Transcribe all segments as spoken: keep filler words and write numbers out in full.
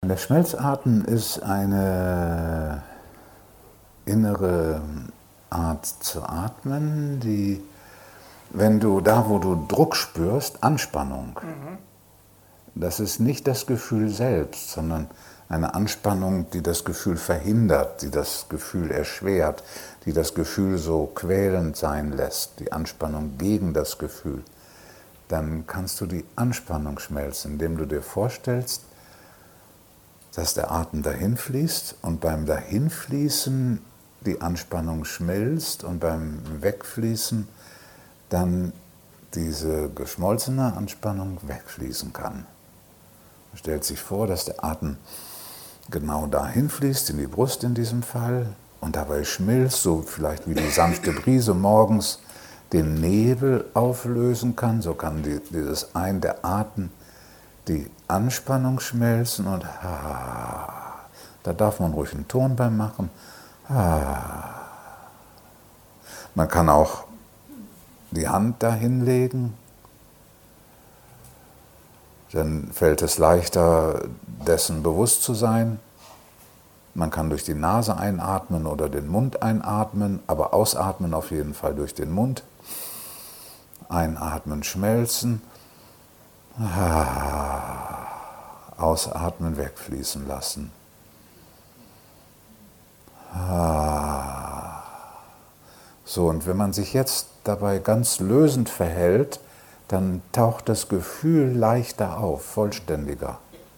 Der Schmelzatem ist eine innere Art zu atmen, die, wenn du da, wo du Druck spürst, Anspannung, mhm. das ist nicht das Gefühl selbst, sondern eine Anspannung, die das Gefühl verhindert, die das Gefühl erschwert, die das Gefühl so quälend sein lässt, die Anspannung gegen das Gefühl. Dann kannst du die Anspannung schmelzen, indem du dir vorstellst, dass der Atem dahin fließt und beim Dahinfließen die Anspannung schmilzt und beim Wegfließen dann diese geschmolzene Anspannung wegfließen kann. Man stellt sich vor, dass der Atem genau dahin fließt, in die Brust in diesem Fall, und dabei schmilzt, so vielleicht wie die sanfte Brise morgens den Nebel auflösen kann, so kann die, dieses Ein, der Atem, die Anspannung schmelzen und ha, da darf man ruhig einen Ton beim machen. Ha. Man kann auch die Hand dahin legen, dann fällt es leichter, dessen bewusst zu sein. Man kann durch die Nase einatmen oder den Mund einatmen, aber ausatmen auf jeden Fall durch den Mund. Einatmen, schmelzen. Ausatmen, wegfließen lassen. So, und wenn man sich jetzt dabei ganz lösend verhält, dann taucht das Gefühl leichter auf, vollständiger.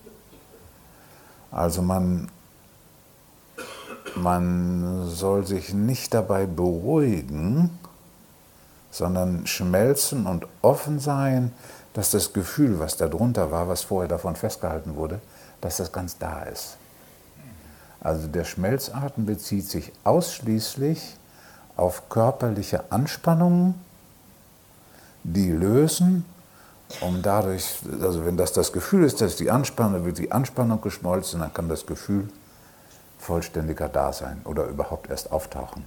Also man, man soll sich nicht dabei beruhigen, sondern schmelzen und offen sein, dass das Gefühl, was da drunter war, was vorher davon festgehalten wurde, dass das ganz da ist. Also der Schmelzatem bezieht sich ausschließlich auf körperliche Anspannungen, die lösen, um dadurch, also wenn das das Gefühl ist, dass die Anspannung, wird die Anspannung geschmolzen, dann kann das Gefühl vollständiger da sein oder überhaupt erst auftauchen.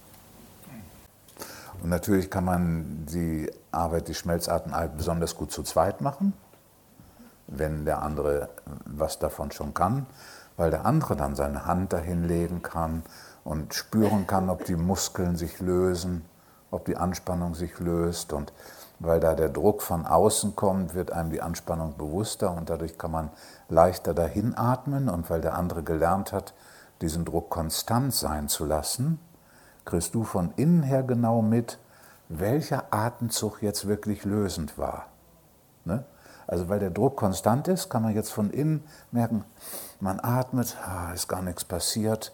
Und natürlich kann man die Arbeit, die Schmelzatemarbeit besonders gut zu zweit machen, wenn der andere was davon schon kann, weil der andere dann seine Hand dahin legen kann und spüren kann, ob die Muskeln sich lösen, ob die Anspannung sich löst. Und weil da der Druck von außen kommt, wird einem die Anspannung bewusster und dadurch kann man leichter dahin atmen. Und weil der andere gelernt hat, diesen Druck konstant sein zu lassen, kriegst du von innen her genau mit, welcher Atemzug jetzt wirklich lösend war. Ne? Also weil der Druck konstant ist, kann man jetzt von innen merken, man atmet, ah, ist gar nichts passiert.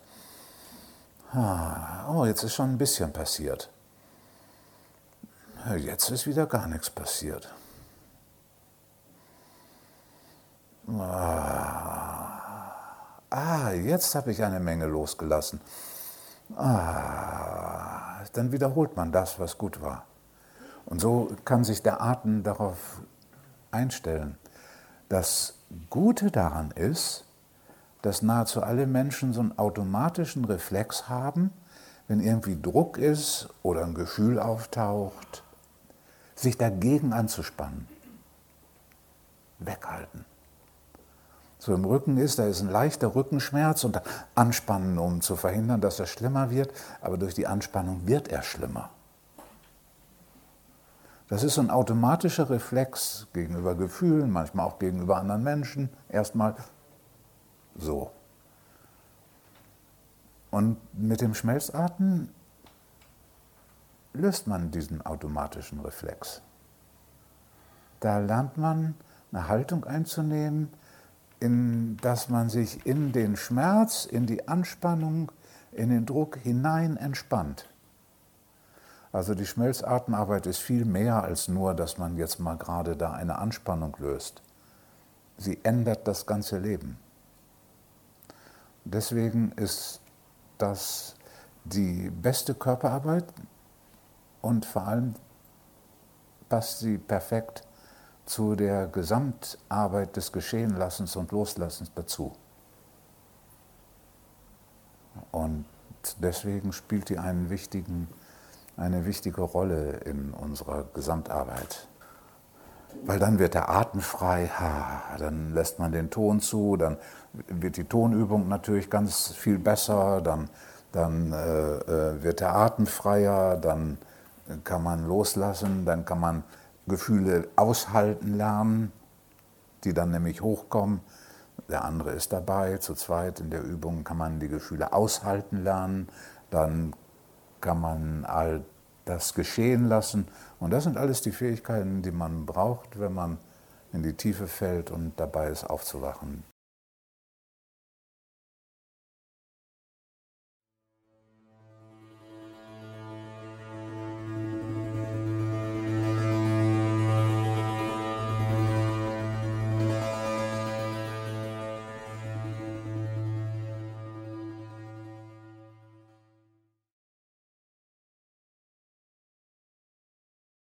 Ah, oh, jetzt ist schon ein bisschen passiert. Jetzt ist wieder gar nichts passiert. Ah, ah jetzt habe ich eine Menge losgelassen. Ah, dann wiederholt man das, was gut war. Und so kann sich der Atem darauf einstellen. Das Gute daran ist, dass nahezu alle Menschen so einen automatischen Reflex haben, wenn irgendwie Druck ist oder ein Gefühl auftaucht, sich dagegen anzuspannen. Weghalten. So im Rücken ist, da ist ein leichter Rückenschmerz und anspannen, um zu verhindern, dass er schlimmer wird, aber durch die Anspannung wird er schlimmer. Das ist so ein automatischer Reflex gegenüber Gefühlen, manchmal auch gegenüber anderen Menschen, erstmal so. Und mit dem Schmelzatem löst man diesen automatischen Reflex. Da lernt man eine Haltung einzunehmen, in dass man sich in den Schmerz, in die Anspannung, in den Druck hinein entspannt. Also die Schmelzatemarbeit ist viel mehr als nur, dass man jetzt mal gerade da eine Anspannung löst. Sie ändert das ganze Leben. Deswegen ist das die beste Körperarbeit und vor allem passt sie perfekt zu der Gesamtarbeit des Geschehenlassens und Loslassens dazu. Und deswegen spielt die einen wichtigen, eine wichtige Rolle in unserer Gesamtarbeit. weil dann wird der Atem frei, ha, dann lässt man den Ton zu, dann wird die Tonübung natürlich ganz viel besser, dann, dann äh, äh, wird der Atem freier, dann kann man loslassen, dann kann man Gefühle aushalten lernen, die dann nämlich hochkommen. Der andere ist dabei, zu zweit in der Übung kann man die Gefühle aushalten lernen, dann kann man all das geschehen lassen. Und das sind alles die Fähigkeiten, die man braucht, wenn man in die Tiefe fällt und dabei ist aufzuwachen.